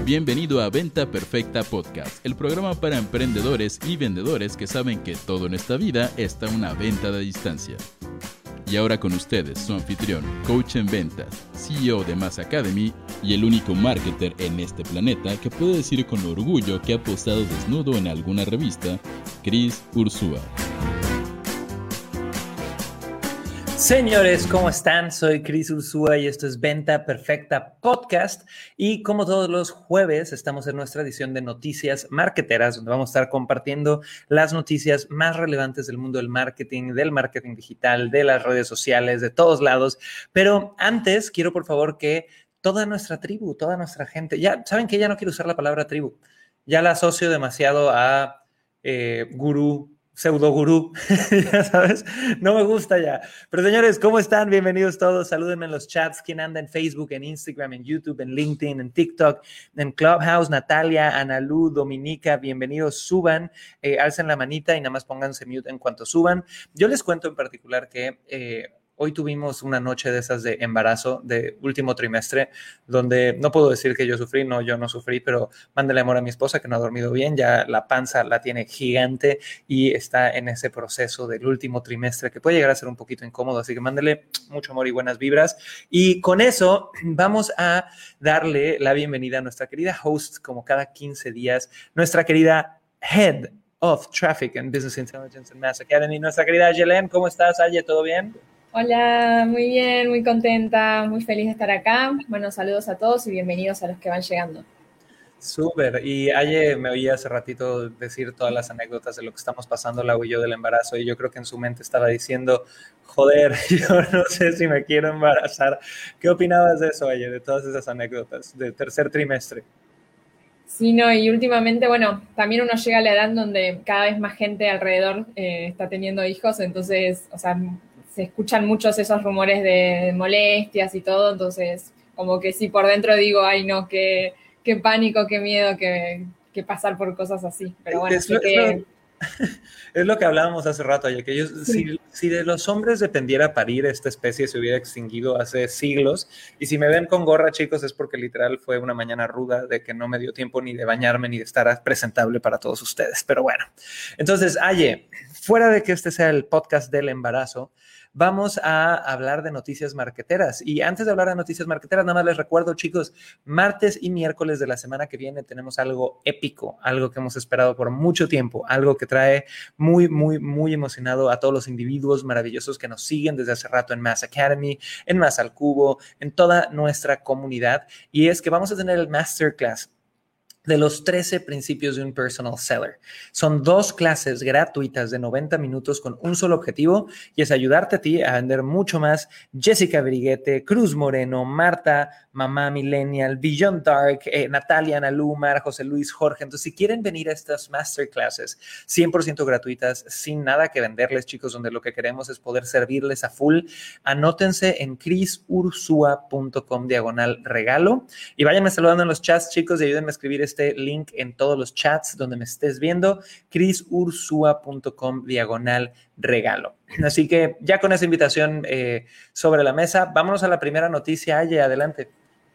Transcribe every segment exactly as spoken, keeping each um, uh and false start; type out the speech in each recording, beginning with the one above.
Bienvenido a Venta Perfecta Podcast, el programa para emprendedores y vendedores que saben que todo en esta vida está a una venta de distancia. Y ahora con ustedes, su anfitrión, coach en ventas, C E O de Mass Academy y el único marketer en este planeta que puede decir con orgullo que ha postado desnudo en alguna revista, Chris Ursúa. Señores, ¿cómo están? Soy Chris Ursúa y esto es Venta Perfecta Podcast. Y como todos los jueves, estamos en nuestra edición de Noticias Marketeras, donde vamos a estar compartiendo las noticias más relevantes del mundo del marketing, del marketing digital, de las redes sociales, de todos lados. Pero antes, quiero por favor que toda nuestra tribu, toda nuestra gente, ya saben que ya no quiero usar la palabra tribu, ya la asocio demasiado a eh, gurú, pseudo gurú, ya sabes, no me gusta ya. Pero señores, ¿cómo están? Bienvenidos todos, salúdenme en los chats, quien anda en Facebook, en Instagram, en YouTube, en LinkedIn, en TikTok, en Clubhouse, Natalia, Analú, Dominica, bienvenidos, suban, eh, alcen la manita y nada más pónganse mute en cuanto suban. Yo les cuento en particular que eh, hoy tuvimos una noche de esas de embarazo de último trimestre, donde no puedo decir que yo sufrí, no, yo no sufrí, pero mándale amor a mi esposa que no ha dormido bien, ya la panza la tiene gigante y está en ese proceso del último trimestre que puede llegar a ser un poquito incómodo, así que mándale mucho amor y buenas vibras. Y con eso vamos a darle la bienvenida a nuestra querida host, como cada quince días, nuestra querida Head of Traffic and Business Intelligence en Mass Academy, nuestra querida Yelén. ¿Cómo estás, Aye? ¿Todo bien? Hola, muy bien, muy contenta, muy feliz de estar acá. Bueno, saludos a todos y bienvenidos a los que van llegando. Súper. Y Aye me oía hace ratito decir todas las anécdotas de lo que estamos pasando Lau y yo del embarazo, y yo creo que en su mente estaba diciendo, joder, yo no sé si me quiero embarazar. ¿Qué opinabas de eso, Aye, de todas esas anécdotas del tercer trimestre? Sí, no, y últimamente, bueno, también uno llega a la edad donde cada vez más gente alrededor eh, está teniendo hijos, entonces, o sea, se escuchan muchos esos rumores de molestias y todo, entonces como que sí, por dentro digo, ay no, qué, qué pánico, qué miedo que, que pasar por cosas así, pero bueno, es, lo, que... es, lo, es lo que hablábamos hace rato, Aye, que yo, sí. si, si de los hombres dependiera parir, esta especie se hubiera extinguido hace siglos, y si me ven con gorra, chicos, es porque literal fue una mañana ruda de que no me dio tiempo ni de bañarme ni de estar presentable para todos ustedes, pero bueno. Entonces, Aye, fuera de que este sea el podcast del embarazo, vamos a hablar de noticias marqueteras. Y antes de hablar de noticias marqueteras, nada más les recuerdo, chicos, martes y miércoles de la semana que viene tenemos algo épico, algo que hemos esperado por mucho tiempo, algo que trae muy, muy, muy emocionado a todos los individuos maravillosos que nos siguen desde hace rato en Mass Academy, en Más al Cubo, en toda nuestra comunidad. Y es que vamos a tener el Masterclass de los trece principios de un personal seller. Son dos clases gratuitas de noventa minutos con un solo objetivo, y es ayudarte a ti a vender mucho más. Jessica Briguete, Cruz Moreno, Marta, Mamá Millennial, Beyond Dark, eh, Natalia, Analú, Mar, José Luis, Jorge. Entonces, si quieren venir a estas masterclasses cien por ciento gratuitas, sin nada que venderles, chicos, donde lo que queremos es poder servirles a full, anótense en chrisursua.com diagonal regalo y váyanme saludando en los chats, chicos, y ayúdenme a escribir este Este link en todos los chats donde me estés viendo, chrisursua.com diagonal regalo. Así que ya con esa invitación eh, sobre la mesa, vámonos a la primera noticia. Aye, adelante.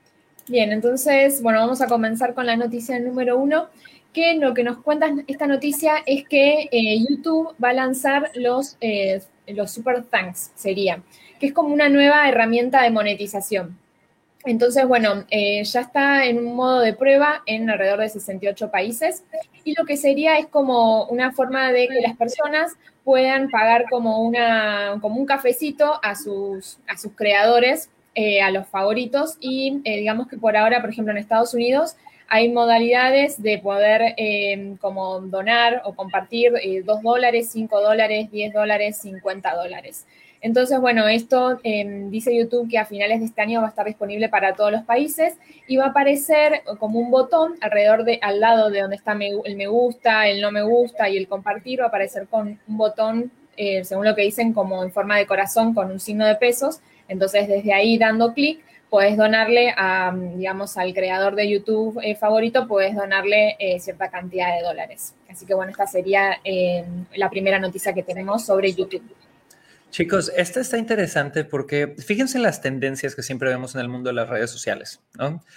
Bien, entonces, bueno, vamos a comenzar con la noticia número uno, que lo que nos cuenta esta noticia es que eh, YouTube va a lanzar los, eh, los Super Thanks, sería, que es como una nueva herramienta de monetización. Entonces, bueno, eh, ya está en un modo de prueba en alrededor de sesenta y ocho países, y lo que sería es como una forma de que las personas puedan pagar como, una, como un cafecito a sus, a sus creadores, eh, a los favoritos, y eh, digamos que por ahora, por ejemplo, en Estados Unidos hay modalidades de poder eh, como donar o compartir eh, dos dólares, cinco dólares, diez dólares, cincuenta dólares. Entonces, bueno, esto eh, dice YouTube que a finales de este año va a estar disponible para todos los países y va a aparecer como un botón alrededor de, al lado de donde está me, el me gusta, el no me gusta y el compartir, va a aparecer con un botón, eh, según lo que dicen, como en forma de corazón con un signo de pesos. Entonces, desde ahí, dando clic, puedes donarle a, digamos, al creador de YouTube eh, favorito, puedes donarle eh, cierta cantidad de dólares. Así que, bueno, esta sería eh, la primera noticia que tenemos sobre YouTube. Chicos, esta está interesante porque fíjense en las tendencias que siempre vemos en el mundo de las redes sociales, ¿no?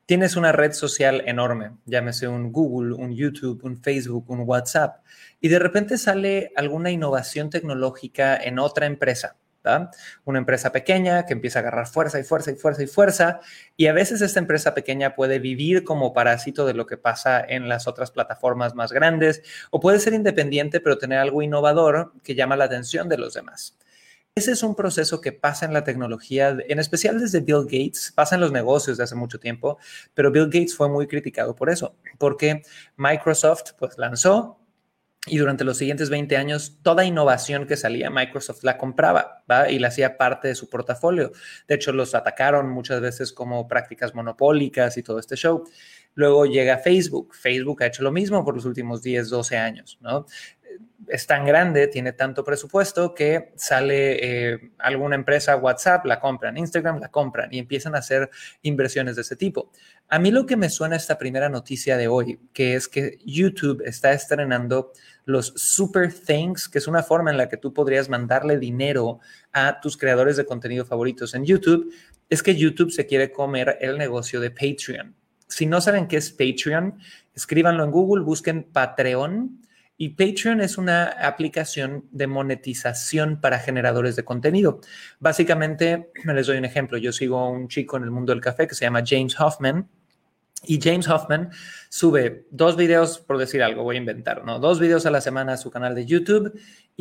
tienes una red social enorme, llámese un Google, un YouTube, un Facebook, un WhatsApp, y de repente sale alguna innovación tecnológica en otra empresa, ¿verdad? Una empresa pequeña que empieza a agarrar fuerza y fuerza y fuerza y fuerza, y a veces esta empresa pequeña puede vivir como parásito de lo que pasa en las otras plataformas más grandes, o puede ser independiente pero tener algo innovador que llama la atención de los demás. Ese es un proceso que pasa en la tecnología, en especial desde Bill Gates, pasa en los negocios de hace mucho tiempo, pero Bill Gates fue muy criticado por eso, porque Microsoft pues lanzó y durante los siguientes veinte años toda innovación que salía Microsoft la compraba, ¿va? Y la hacía parte de su portafolio. De hecho, los atacaron muchas veces como prácticas monopólicas y todo este show. Luego llega Facebook. Facebook ha hecho lo mismo por los últimos diez, doce años, ¿no? Es tan grande, tiene tanto presupuesto que sale eh, alguna empresa, WhatsApp, la compran, Instagram, la compran y empiezan a hacer inversiones de ese tipo. A mí lo que me suena esta primera noticia de hoy, que es que YouTube está estrenando los Super Thanks, que es una forma en la que tú podrías mandarle dinero a tus creadores de contenido favoritos en YouTube, es que YouTube se quiere comer el negocio de Patreon. Si no saben qué es Patreon, escríbanlo en Google, busquen Patreon. Y Patreon es una aplicación de monetización para generadores de contenido. Básicamente, me les doy un ejemplo. Yo sigo a un chico en el mundo del café que se llama James Hoffman. Y James Hoffman sube dos videos, por decir algo, voy a inventar, ¿no? Dos videos a la semana a su canal de YouTube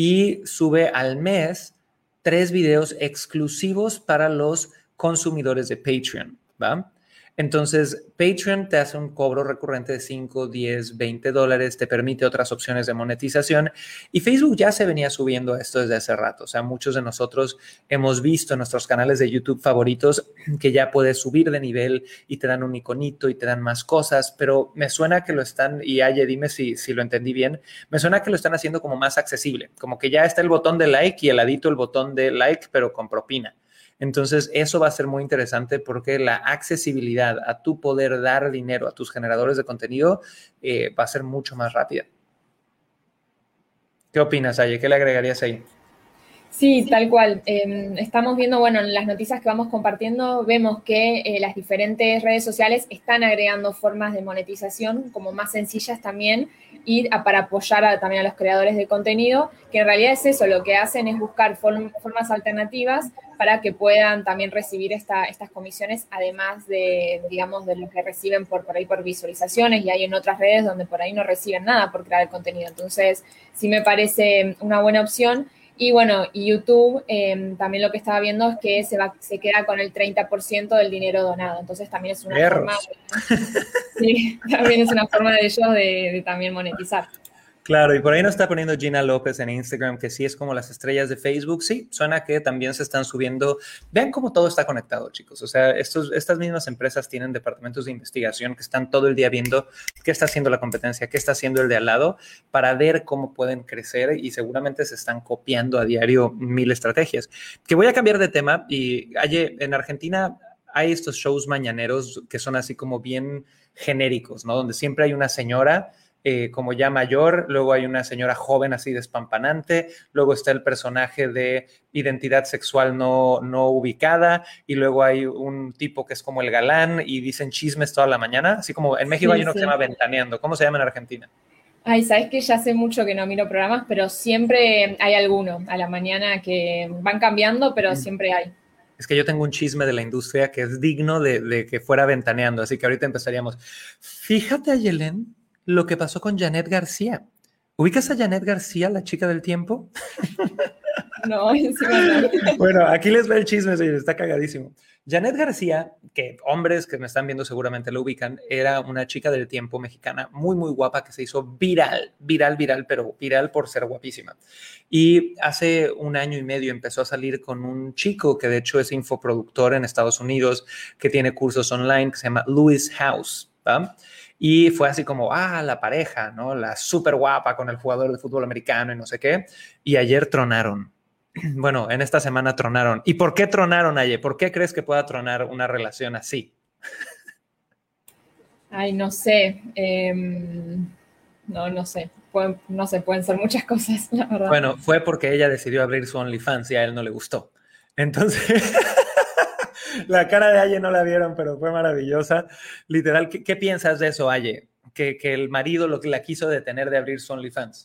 y sube al mes tres videos exclusivos para los consumidores de Patreon, ¿va? Entonces, Patreon te hace un cobro recurrente de cinco, diez, veinte dólares, te permite otras opciones de monetización y Facebook ya se venía subiendo a esto desde hace rato. O sea, muchos de nosotros hemos visto en nuestros canales de YouTube favoritos que ya puedes subir de nivel y te dan un iconito y te dan más cosas, pero me suena que lo están, y Aye, dime si, si lo entendí bien, me suena que lo están haciendo como más accesible, como que ya está el botón de like y al ladito el botón de like, pero con propina. Entonces, eso va a ser muy interesante porque la accesibilidad a tu poder dar dinero a tus generadores de contenido eh, va a ser mucho más rápida. ¿Qué opinas, Aye? ¿Qué le agregarías ahí? Sí, tal cual. Eh, estamos viendo, bueno, en las noticias que vamos compartiendo, vemos que eh, las diferentes redes sociales están agregando formas de monetización como más sencillas también y a, para apoyar a, también a los creadores de contenido, que en realidad es eso, lo que hacen es buscar form, formas alternativas para que puedan también recibir esta, estas comisiones, además de, digamos, de lo que reciben por, por ahí por visualizaciones, y hay en otras redes donde por ahí no reciben nada por crear el contenido. Entonces, sí me parece una buena opción. Y bueno, YouTube eh, también lo que estaba viendo es que se, va, se queda con el treinta por ciento del dinero donado. Entonces también es una Perros. forma, sí, también es una forma de ellos de, de también monetizar. Claro, y por ahí nos está poniendo Gina López en Instagram que sí es como las estrellas de Facebook. Sí, suena que también se están subiendo. Vean cómo todo está conectado, chicos. O sea, estos, estas mismas empresas tienen departamentos de investigación que están todo el día viendo qué está haciendo la competencia, qué está haciendo el de al lado, para ver cómo pueden crecer y seguramente se están copiando a diario mil estrategias. Que voy a cambiar de tema y, Aye, en Argentina hay estos shows mañaneros que son así como bien genéricos, ¿no? Donde siempre hay una señora Eh, como ya mayor, luego hay una señora joven así despampanante, luego está el personaje de identidad sexual no, no ubicada y luego hay un tipo que es como el galán y dicen chismes toda la mañana, así como en México sí, hay uno sí. que se llama Ventaneando. ¿Cómo se llama en Argentina? Ay, sabes que ya hace mucho que no miro programas, pero siempre hay alguno a la mañana que van cambiando, pero mm. siempre hay. Es que yo tengo un chisme de la industria que es digno de, de que fuera Ventaneando, así que ahorita empezaríamos. Fíjate, Ayelen, lo que pasó con Janet García. ¿Ubicas a Janet García, la chica del tiempo? No, encima no. Bueno, aquí les va el chisme, señor, está cagadísimo. Janet García, que hombres que me están viendo seguramente lo ubican, era una chica del tiempo mexicana muy, muy guapa que se hizo viral, viral, viral, pero viral por ser guapísima. Y hace un año y medio empezó a salir con un chico que de hecho es infoproductor en Estados Unidos, que tiene cursos online, que se llama Lewis House, ¿va? Y fue así como, ah, la pareja, ¿no? La súper guapa con el jugador de fútbol americano y no sé qué. Y ayer tronaron. Bueno, en esta semana tronaron. ¿Y por qué tronaron ayer? ¿Por qué crees que pueda tronar una relación así? Ay, no sé. Eh, no, no sé. Pueden, no sé, pueden ser muchas cosas, la verdad. Bueno, fue porque ella decidió abrir su OnlyFans y a él no le gustó. Entonces... La cara de Aye no la vieron, pero fue maravillosa. Literal, ¿qué, qué piensas de eso, Aye? Que, que el marido lo que la quiso detener de abrir su OnlyFans.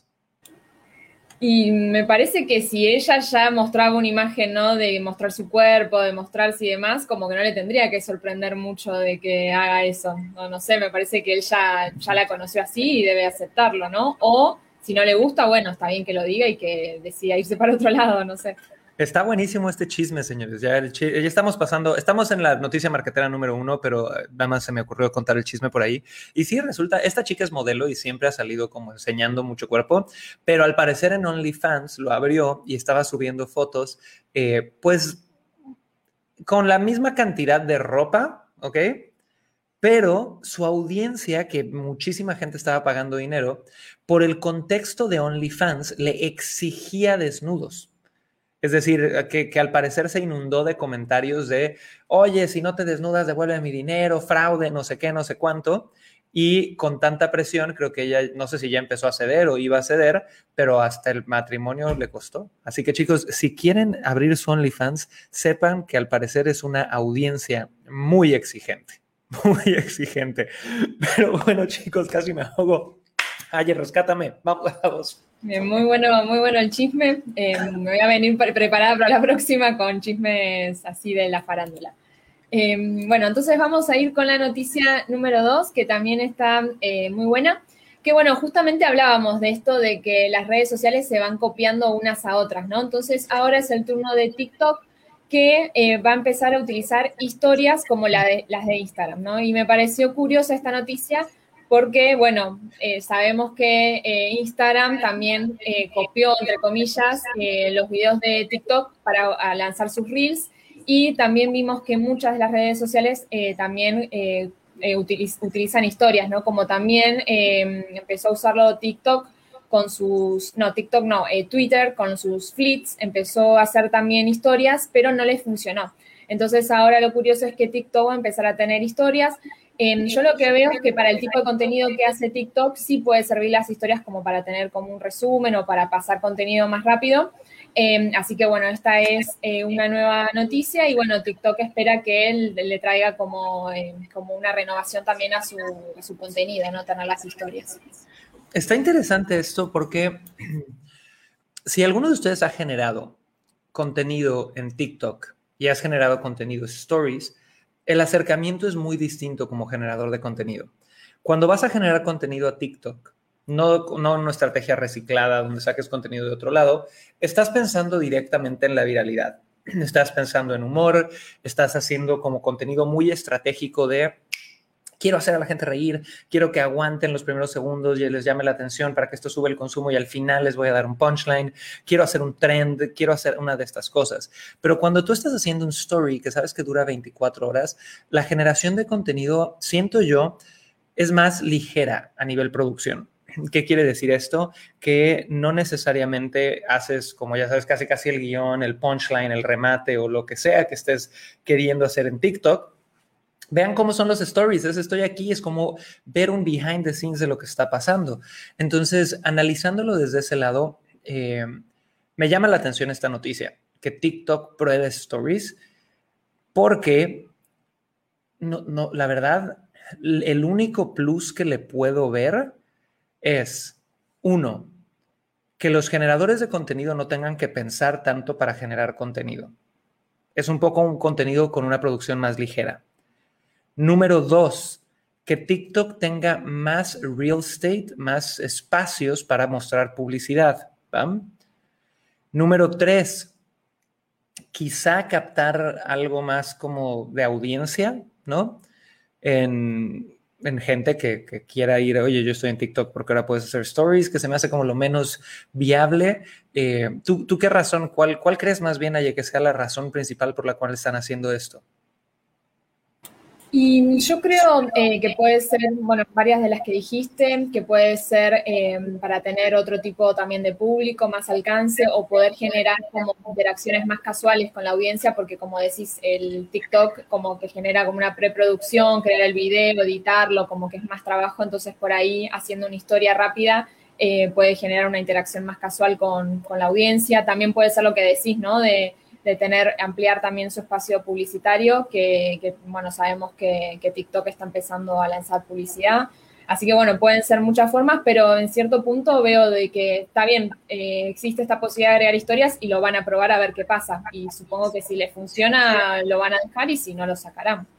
Y me parece que si ella ya mostraba una imagen, ¿no? De mostrar su cuerpo, de mostrarse y demás, como que no le tendría que sorprender mucho de que haga eso. No, no sé, me parece que él ya, ya la conoció así y debe aceptarlo, ¿no? O si no le gusta, bueno, está bien que lo diga y que decida irse para otro lado, no sé. Está buenísimo este chisme, señores. Ya, el chi- ya estamos pasando, estamos en la noticia marquetera número uno, pero nada más se me ocurrió contar el chisme por ahí. Y sí, resulta, esta chica es modelo y siempre ha salido como enseñando mucho cuerpo, pero al parecer en OnlyFans lo abrió y estaba subiendo fotos, eh, pues con la misma cantidad de ropa, ¿ok? Pero su audiencia, que muchísima gente estaba pagando dinero, por el contexto de OnlyFans le exigía desnudos. Es decir, que, que al parecer se inundó de comentarios de, oye, si no te desnudas, devuelve mi dinero, fraude, no sé qué, no sé cuánto. Y con tanta presión, creo que ella, no sé si ya empezó a ceder o iba a ceder, pero hasta el matrimonio le costó. Así que chicos, si quieren abrir su OnlyFans, sepan que al parecer es una audiencia muy exigente, muy exigente. Pero bueno, chicos, casi me ahogo. Ay, rescátame, vamos, vamos. Bien, muy bueno, muy bueno el chisme. Eh, me voy a venir pre- preparada para la próxima con chismes así de la farándula. Eh, bueno, entonces vamos a ir con la noticia número dos, que también está eh, muy buena. Que bueno, justamente hablábamos de esto de que las redes sociales se van copiando unas a otras, ¿no? Entonces ahora es el turno de TikTok, que eh, va a empezar a utilizar historias como la de, las de Instagram, ¿no? Y me pareció curiosa esta noticia porque, bueno, eh, sabemos que eh, Instagram también eh, copió, entre comillas, eh, los videos de TikTok para a lanzar sus Reels, y también vimos que muchas de las redes sociales eh, también eh, eh, utiliz, utilizan historias, ¿no? Como también eh, empezó a usarlo TikTok con sus, no, TikTok no, eh, Twitter con sus Fleets, empezó a hacer también historias, pero no les funcionó. Entonces ahora lo curioso es que TikTok va a empezar a tener historias. Eh, yo lo que veo es que para el tipo de contenido que hace TikTok sí puede servir las historias como para tener como un resumen o para pasar contenido más rápido. Eh, así que bueno, esta es eh, una nueva noticia y bueno, TikTok espera que él le traiga como, eh, como una renovación también a su, a su contenido, ¿no? Tener las historias. Está interesante esto porque si alguno de ustedes ha generado contenido en TikTok y has generado contenido stories, el acercamiento es muy distinto como generador de contenido. Cuando vas a generar contenido a TikTok, no, no una estrategia reciclada donde saques contenido de otro lado, estás pensando directamente en la viralidad. Estás pensando en humor, estás haciendo como contenido muy estratégico de quiero hacer a la gente reír, quiero que aguanten los primeros segundos y les llame la atención para que esto suba el consumo y al final les voy a dar un punchline, quiero hacer un trend, quiero hacer una de estas cosas. Pero cuando tú estás haciendo un story que sabes que dura veinticuatro horas, la generación de contenido, siento yo, es más ligera a nivel producción. ¿Qué quiere decir esto? Que no necesariamente haces, como ya sabes, casi casi el guión, el punchline, el remate o lo que sea que estés queriendo hacer en TikTok. Vean cómo son los stories, es estoy aquí, es como ver un behind the scenes de lo que está pasando. Entonces, analizándolo desde ese lado, eh, me llama la atención esta noticia, que TikTok pruebe stories, porque, no, no, la verdad, el único plus que le puedo ver es, uno, que los generadores de contenido no tengan que pensar tanto para generar contenido. Es un poco un contenido con una producción más ligera. Número dos, que TikTok tenga más real estate, más espacios para mostrar publicidad. ¿Va? Número tres, quizá captar algo más como de audiencia, ¿no? En, en gente que, que quiera ir, oye, yo estoy en TikTok porque ahora puedes hacer stories, que se me hace como lo menos viable. Eh, ¿tú, ¿Tú qué razón, cuál, cuál crees más bien, Aye, que sea la razón principal por la cual están haciendo esto? Y yo creo eh, que puede ser, bueno, varias de las que dijiste, que puede ser eh, para tener otro tipo también de público, más alcance, o poder generar como interacciones más casuales con la audiencia, porque como decís, el TikTok como que genera como una preproducción, crear el video, editarlo, como que es más trabajo, entonces por ahí haciendo una historia rápida eh, puede generar una interacción más casual con, con la audiencia. También puede ser lo que decís, ¿no? De de tener, ampliar también su espacio publicitario, que, que bueno, sabemos que, que TikTok está empezando a lanzar publicidad. Así que, bueno, pueden ser muchas formas, pero en cierto punto veo de que está bien, eh, existe esta posibilidad de agregar historias y lo van a probar a ver qué pasa. Y supongo que si les funciona, lo van a dejar y si no, lo sacarán.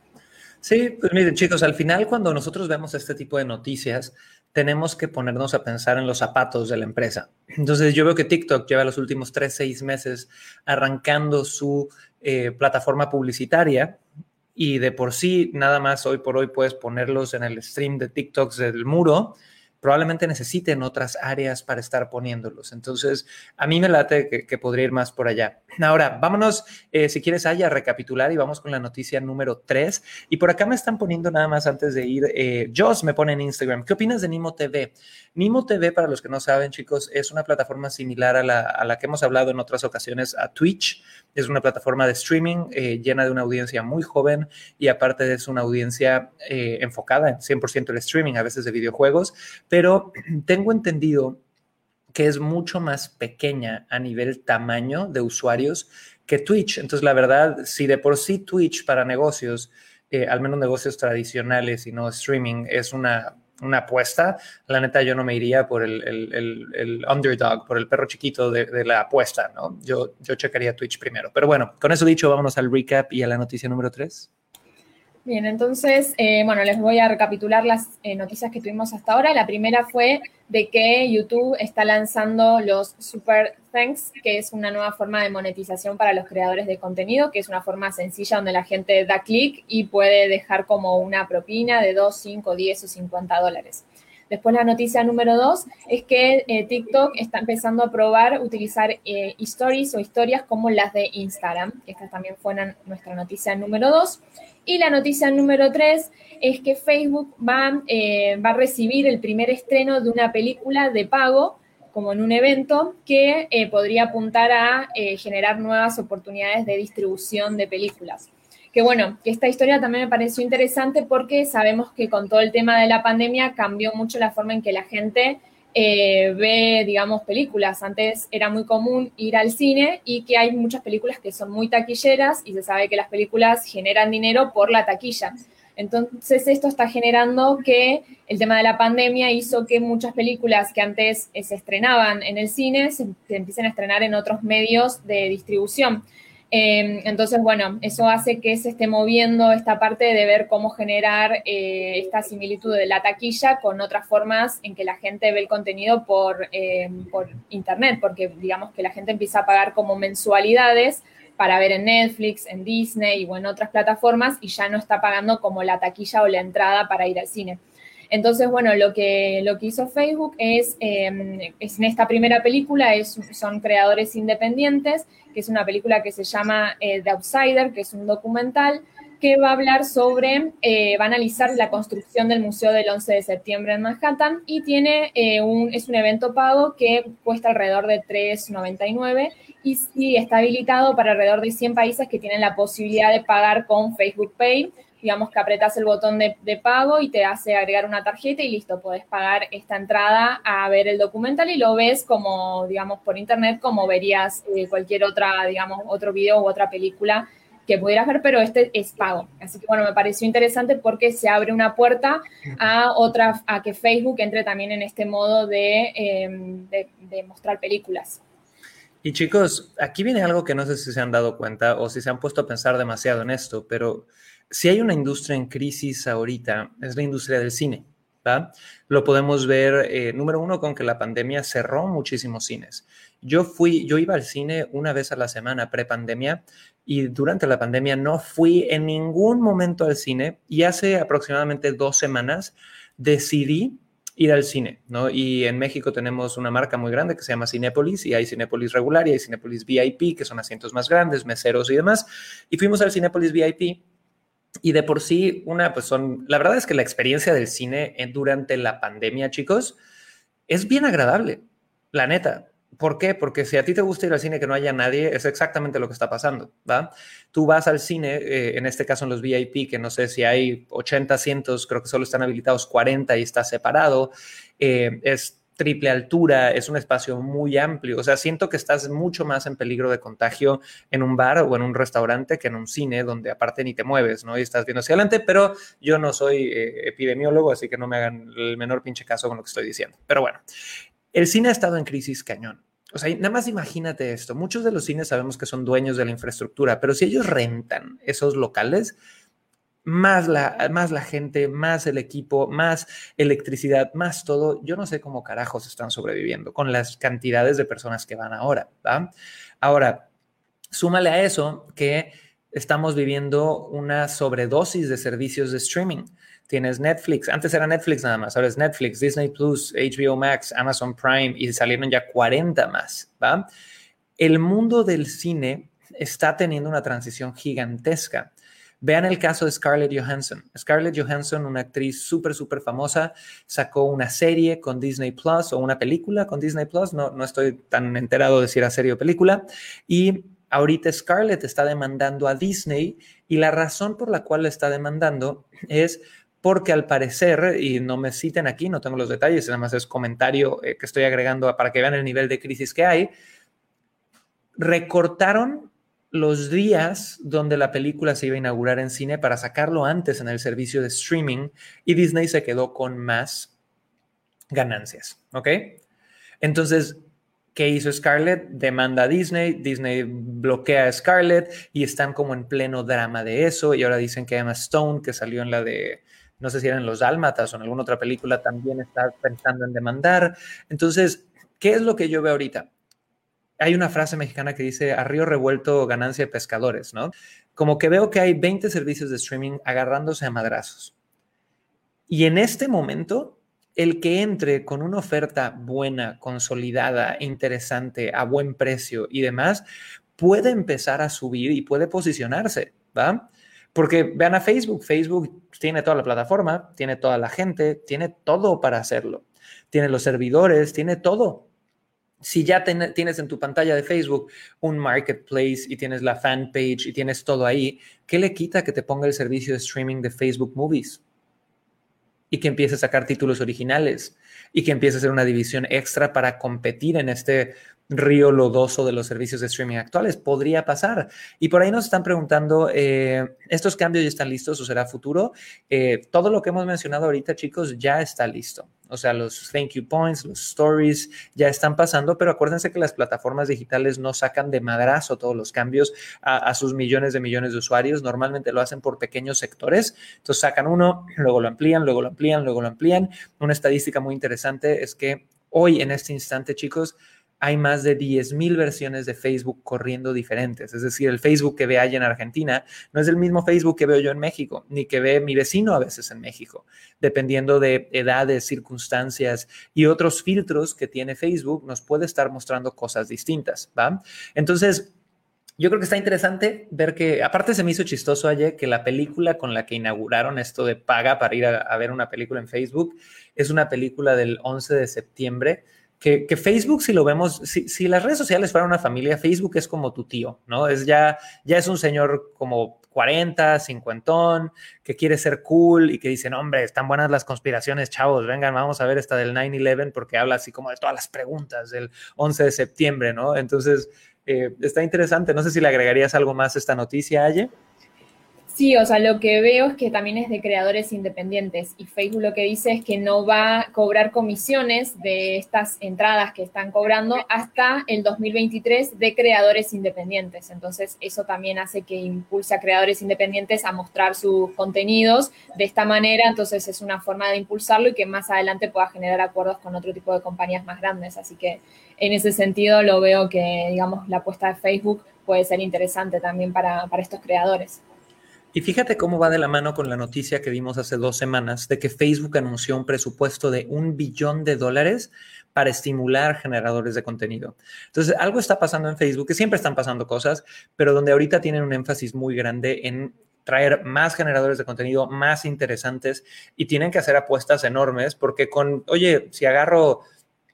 Sí, pues miren, chicos, al final cuando nosotros vemos este tipo de noticias, tenemos que ponernos a pensar en los zapatos de la empresa. Entonces, yo veo que TikTok lleva los últimos tres, seis meses arrancando su eh, plataforma publicitaria. Y de por sí, nada más hoy por hoy puedes ponerlos en el stream de TikToks del muro. Probablemente necesiten otras áreas para estar poniéndolos. Entonces, a mí me late que, que podría ir más por allá. Ahora, vámonos, eh, si quieres, Aya, a recapitular y vamos con la noticia número tres. Y por acá me están poniendo nada más antes de ir. Eh, Joss me pone en Instagram, ¿qué opinas de Nimo T V? Nimo T V, para los que no saben, chicos, es una plataforma similar a la, a la que hemos hablado en otras ocasiones, a Twitch. Es una plataforma de streaming eh, llena de una audiencia muy joven y aparte es una audiencia eh, enfocada en cien por ciento el streaming, a veces de videojuegos, pero tengo entendido que es mucho más pequeña a nivel tamaño de usuarios que Twitch. Entonces, la verdad, si de por sí Twitch para negocios, eh, al menos negocios tradicionales y no streaming, es una... una apuesta, la neta yo no me iría por el, el, el, el underdog, por el perro chiquito de, de la apuesta, ¿no? Yo, yo checaría Twitch primero. Pero bueno, con eso dicho, vámonos al recap y a la noticia número tres. Bien, entonces, eh, bueno, les voy a recapitular las eh, noticias que tuvimos hasta ahora. La primera fue de que YouTube está lanzando los Super Thanks, que es una nueva forma de monetización para los creadores de contenido, que es una forma sencilla donde la gente da clic y puede dejar como una propina de dos, cinco, diez o cincuenta dólares. Después la noticia número dos es que eh, TikTok está empezando a probar utilizar eh, stories o historias como las de Instagram. Esta también fue una, nuestra noticia número dos. Y la noticia número tres es que Facebook va, eh, va a recibir el primer estreno de una película de pago, como en un evento, que eh, podría apuntar a eh, generar nuevas oportunidades de distribución de películas. Que bueno, que esta historia también me pareció interesante porque sabemos que con todo el tema de la pandemia cambió mucho la forma en que la gente eh, ve, digamos, películas. Antes era muy común ir al cine y que hay muchas películas que son muy taquilleras y se sabe que las películas generan dinero por la taquilla. Entonces esto está generando que el tema de la pandemia hizo que muchas películas que antes eh, se estrenaban en el cine se, se empiecen a estrenar en otros medios de distribución. Eh, entonces, bueno, eso hace que se esté moviendo esta parte de ver cómo generar eh, esta similitud de la taquilla con otras formas en que la gente ve el contenido por, eh, por internet, porque digamos que la gente empieza a pagar como mensualidades para ver en Netflix, en Disney o en otras plataformas y ya no está pagando como la taquilla o la entrada para ir al cine. Entonces, bueno, lo que, lo que hizo Facebook es, eh, es en esta primera película, es, son creadores independientes, que es una película que se llama eh, The Outsider, que es un documental que va a hablar sobre, eh, va a analizar la construcción del Museo del once de septiembre en Manhattan y tiene eh, un, es un evento pago que cuesta alrededor de tres noventa y nueve y sí está habilitado para alrededor de cien países que tienen la posibilidad de pagar con Facebook Pay. Digamos que apretas el botón de, de pago y te hace agregar una tarjeta y listo, podés pagar esta entrada a ver el documental y lo ves como, digamos, por internet, como verías eh, cualquier otra, digamos, otro video u otra película que pudieras ver, pero este es pago. Así que, bueno, me pareció interesante porque se abre una puerta a otra, a que Facebook entre también en este modo de, eh, de, de mostrar películas. Y chicos, aquí viene algo que no sé si se han dado cuenta o si se han puesto a pensar demasiado en esto, pero si hay una industria en crisis ahorita, es la industria del cine, ¿va? Lo podemos ver, eh, número uno, con que la pandemia cerró muchísimos cines. Yo fui, yo iba al cine una vez a la semana pre-pandemia y durante la pandemia no fui en ningún momento al cine y hace aproximadamente dos semanas decidí ir al cine, ¿no? Y en México tenemos una marca muy grande que se llama Cinépolis y hay Cinépolis regular y hay Cinépolis V I P, que son asientos más grandes, meseros y demás. Y fuimos al Cinépolis V I P. Y de por sí, una, pues son, la verdad es que la experiencia del cine durante la pandemia, chicos, es bien agradable, la neta. ¿Por qué? Porque si a ti te gusta ir al cine que no haya nadie, es exactamente lo que está pasando, ¿va? Tú vas al cine, eh, en este caso en los V I P, que no sé si hay ochenta asientos, creo que solo están habilitados cuarenta y está separado, eh, es triple altura, es un espacio muy amplio. O sea, siento que estás mucho más en peligro de contagio en un bar o en un restaurante que en un cine, donde aparte ni te mueves, ¿no? Y estás viendo hacia adelante, pero yo no soy eh, epidemiólogo, así que no me hagan el menor pinche caso con lo que estoy diciendo. Pero bueno, el cine ha estado en crisis cañón. O sea, nada más imagínate esto. Muchos de los cines sabemos que son dueños de la infraestructura, pero si ellos rentan esos locales, más la, más la gente, más el equipo, más electricidad, más todo, yo no sé cómo carajos están sobreviviendo con las cantidades de personas que van ahora, ¿va? Ahora, súmale a eso que estamos viviendo una sobredosis de servicios de streaming. Tienes Netflix, antes era Netflix nada más, ahora es Netflix, Disney Plus, H B O Max, Amazon Prime y salieron ya cuarenta más, ¿va? El mundo del cine está teniendo una transición gigantesca. Vean el caso de Scarlett Johansson. Scarlett Johansson, una actriz súper, súper famosa, sacó una serie con Disney Plus o una película con Disney Plus. No, no estoy tan enterado de si era serie o película. Y ahorita Scarlett está demandando a Disney y la razón por la cual la está demandando es porque al parecer, y no me citen aquí, no tengo los detalles, nada más es comentario eh, que estoy agregando para que vean el nivel de crisis que hay, recortaron los días donde la película se iba a inaugurar en cine para sacarlo antes en el servicio de streaming y Disney se quedó con más ganancias, ¿ok? Entonces, ¿qué hizo Scarlett? Demanda a Disney, Disney bloquea a Scarlett y están como en pleno drama de eso y ahora dicen que Emma Stone, que salió en la de, no sé si era en Los Dálmatas o en alguna otra película, también está pensando en demandar. Entonces, ¿qué es lo que yo veo ahorita? Hay una frase mexicana que dice, a río revuelto ganancia de pescadores, ¿no? Como que veo que hay veinte servicios de streaming agarrándose a madrazos. Y en este momento, el que entre con una oferta buena, consolidada, interesante, a buen precio y demás, puede empezar a subir y puede posicionarse, ¿va? Porque vean a Facebook. Facebook tiene toda la plataforma, tiene toda la gente, tiene todo para hacerlo. Tiene los servidores, tiene todo. Si ya ten, tienes en tu pantalla de Facebook un marketplace y tienes la fanpage y tienes todo ahí, ¿qué le quita que te ponga el servicio de streaming de Facebook Movies? Y que empiece a sacar títulos originales y que empiece a hacer una división extra para competir en este río lodoso de los servicios de streaming actuales. Podría pasar. Y por ahí nos están preguntando, eh, ¿estos cambios ya están listos o será futuro? Eh, todo lo que hemos mencionado ahorita, chicos, ya está listo. O sea, los thank you points, los stories ya están pasando, pero acuérdense que las plataformas digitales no sacan de madrazo todos los cambios a, a sus millones de millones de usuarios. Normalmente lo hacen por pequeños sectores. Entonces sacan uno, luego lo amplían, luego lo amplían, luego lo amplían. Una estadística muy interesante es que hoy, en este instante, chicos, hay más de diez mil versiones de Facebook corriendo diferentes. Es decir, el Facebook que ve allá en Argentina no es el mismo Facebook que veo yo en México, ni que ve mi vecino a veces en México, dependiendo de edades, circunstancias y otros filtros que tiene Facebook, nos puede estar mostrando cosas distintas, ¿va? Entonces, yo creo que está interesante ver que, aparte se me hizo chistoso ayer que la película con la que inauguraron esto de paga para ir a, a ver una película en Facebook es una película del once de septiembre. Que, que Facebook, si lo vemos, si, si las redes sociales fueran una familia, Facebook es como tu tío, ¿no? Es ya, ya es un señor como cuarenta, cincuentón, que quiere ser cool y que dicen, hombre, están buenas las conspiraciones, chavos, vengan, vamos a ver esta del nueve once, porque habla así como de todas las preguntas del once de septiembre, ¿no? Entonces, eh, está interesante. No sé si le agregarías algo más a esta noticia, Aye. Sí, o sea, lo que veo es que también es de creadores independientes y Facebook lo que dice es que no va a cobrar comisiones de estas entradas que están cobrando hasta el dos mil veintitrés de creadores independientes. Entonces, eso también hace que impulse a creadores independientes a mostrar sus contenidos de esta manera. Entonces, es una forma de impulsarlo y que más adelante pueda generar acuerdos con otro tipo de compañías más grandes. Así que, en ese sentido, lo veo que, digamos, la apuesta de Facebook puede ser interesante también para, para estos creadores. Y fíjate cómo va de la mano con la noticia que vimos hace dos semanas de que Facebook anunció un presupuesto de un billón de dólares para estimular generadores de contenido. Entonces, algo está pasando en Facebook, que siempre están pasando cosas, pero donde ahorita tienen un énfasis muy grande en traer más generadores de contenido, más interesantes, y tienen que hacer apuestas enormes porque con, oye, si agarro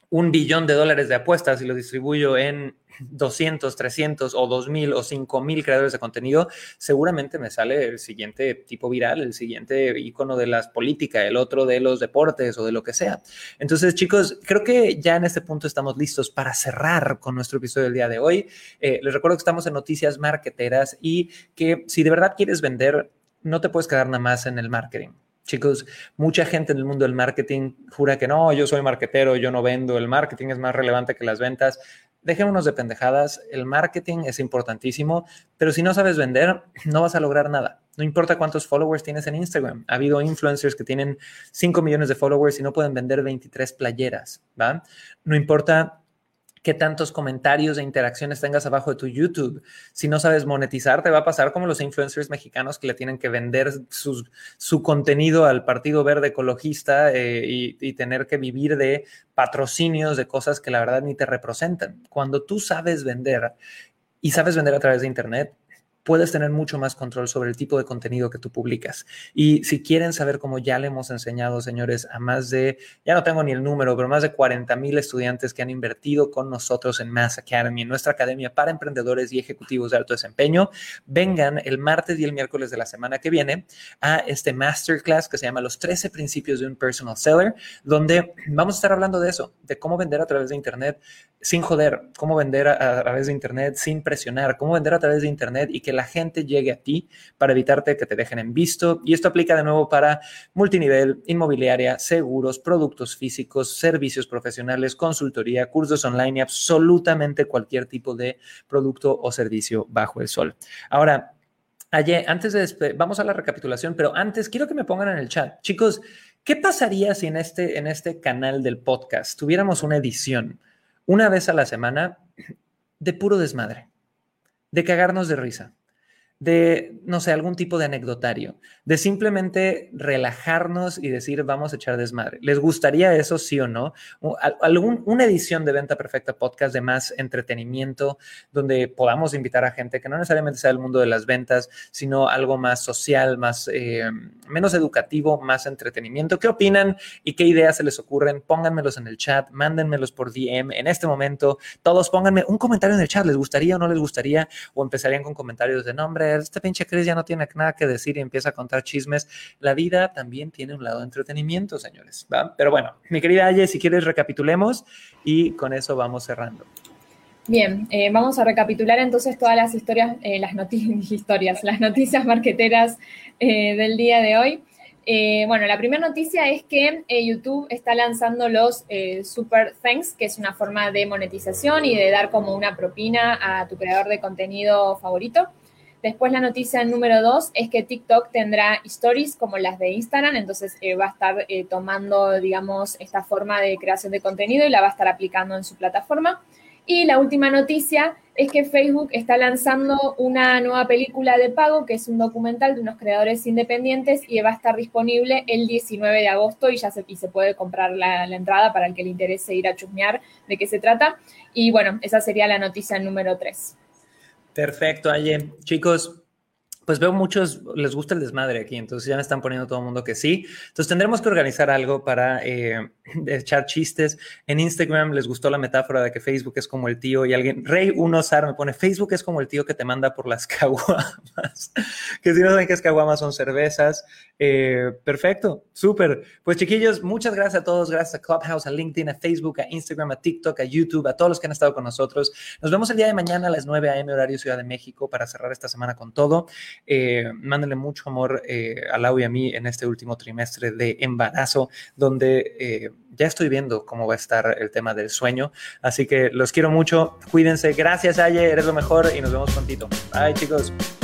un billón de dólares de apuestas y lo distribuyo en doscientos, trescientos o dos mil o cinco mil creadores de contenido, seguramente me sale el siguiente tipo viral, el siguiente icono de las políticas, el otro de los deportes o de lo que sea. Entonces, chicos, creo que ya en este punto estamos listos para cerrar con nuestro episodio del día de hoy. Eh, les recuerdo que estamos en Noticias Marketeras y que si de verdad quieres vender, no te puedes quedar nada más en el marketing. Chicos, mucha gente en el mundo del marketing jura que no, yo soy marketero, yo no vendo, el marketing es más relevante que las ventas. Dejémonos de pendejadas, el marketing es importantísimo, pero si no sabes vender, no vas a lograr nada. No importa cuántos followers tienes en Instagram. Ha habido influencers que tienen cinco millones de followers y no pueden vender veintitrés playeras, ¿va? No importa qué tantos comentarios e interacciones tengas abajo de tu YouTube. Si no sabes monetizar, te va a pasar como los influencers mexicanos que le tienen que vender sus, su contenido al Partido Verde Ecologista eh, y, y tener que vivir de patrocinios de cosas que la verdad ni te representan. Cuando tú sabes vender y sabes vender a través de Internet, puedes tener mucho más control sobre el tipo de contenido que tú publicas. Y si quieren saber cómo ya le hemos enseñado, señores, a más de, ya no tengo ni el número, pero más de cuarenta mil estudiantes que han invertido con nosotros en Mass Academy, en nuestra academia para emprendedores y ejecutivos de alto desempeño, vengan el martes y el miércoles de la semana que viene a este masterclass que se llama Los trece Principios de un Personal Seller, donde vamos a estar hablando de eso, de cómo vender a través de Internet sin joder, cómo vender a, a través de Internet sin presionar, cómo vender a través de Internet y que la gente llegue a ti para evitarte que te dejen en visto. Y esto aplica de nuevo para multinivel, inmobiliaria, seguros, productos físicos, servicios profesionales, consultoría, cursos online y absolutamente cualquier tipo de producto o servicio bajo el sol. Ahora, ayer, antes de despe- vamos a la recapitulación, pero antes quiero que me pongan en el chat. Chicos, ¿qué pasaría si en este, en este canal del podcast tuviéramos una edición una vez a la semana de puro desmadre, de cagarnos de risa, de, no sé, algún tipo de anecdotario, de simplemente relajarnos y decir, vamos a echar desmadre? ¿Les gustaría eso, sí o no? ¿Algún, una edición de Venta Perfecta Podcast de más entretenimiento, donde podamos invitar a gente que no necesariamente sea del mundo de las ventas, sino algo más social, más, eh, menos educativo, más entretenimiento? ¿Qué opinan y qué ideas se les ocurren? Pónganmelos en el chat, mándenmelos por D M en este momento. Todos pónganme un comentario en el chat. ¿Les gustaría o no les gustaría? O empezarían con comentarios de nombre. Este pinche Chris ya no tiene nada que decir y empieza a contar chismes. La vida también tiene un lado de entretenimiento, señores, ¿va? Pero bueno, mi querida Aye, si quieres recapitulemos y con eso vamos cerrando. Bien, eh, vamos a recapitular entonces todas las historias, eh, las noticias, historias, las noticias marqueteras eh, del día de hoy. Eh, bueno, la primera noticia es que eh, YouTube está lanzando los eh, Super Thanks, que es una forma de monetización y de dar como una propina a tu creador de contenido favorito. Después la noticia número dos es que TikTok tendrá stories como las de Instagram, entonces eh, va a estar eh, tomando, digamos, esta forma de creación de contenido y la va a estar aplicando en su plataforma. Y la última noticia es que Facebook está lanzando una nueva película de pago, que es un documental de unos creadores independientes y va a estar disponible el diecinueve de agosto y ya se, y se puede comprar la, la entrada para el que le interese ir a chusmear de qué se trata. Y bueno, esa sería la noticia número tres. Perfecto, Aye. Chicos, pues veo muchos, les gusta el desmadre aquí, entonces ya me están poniendo todo el mundo que sí. Entonces tendremos que organizar algo para eh, echar chistes. En Instagram les gustó la metáfora de que Facebook es como el tío y alguien, Rey Unosar me pone, Facebook es como el tío que te manda por las caguamas. Que si no saben qué es caguamas son cervezas. Eh, perfecto, súper. Pues chiquillos, muchas gracias a todos, gracias a Clubhouse, a LinkedIn, a Facebook, a Instagram, a TikTok, a YouTube, a todos los que han estado con nosotros. Nos vemos el día de mañana a las nueve a eme horario Ciudad de México para cerrar esta semana con todo. Eh, mándenle mucho amor eh, a Lau y a mí en este último trimestre de embarazo, donde eh, ya estoy viendo cómo va a estar el tema del sueño. Así que los quiero mucho, cuídense. Gracias, Aye, eres lo mejor y nos vemos prontito. Bye, chicos.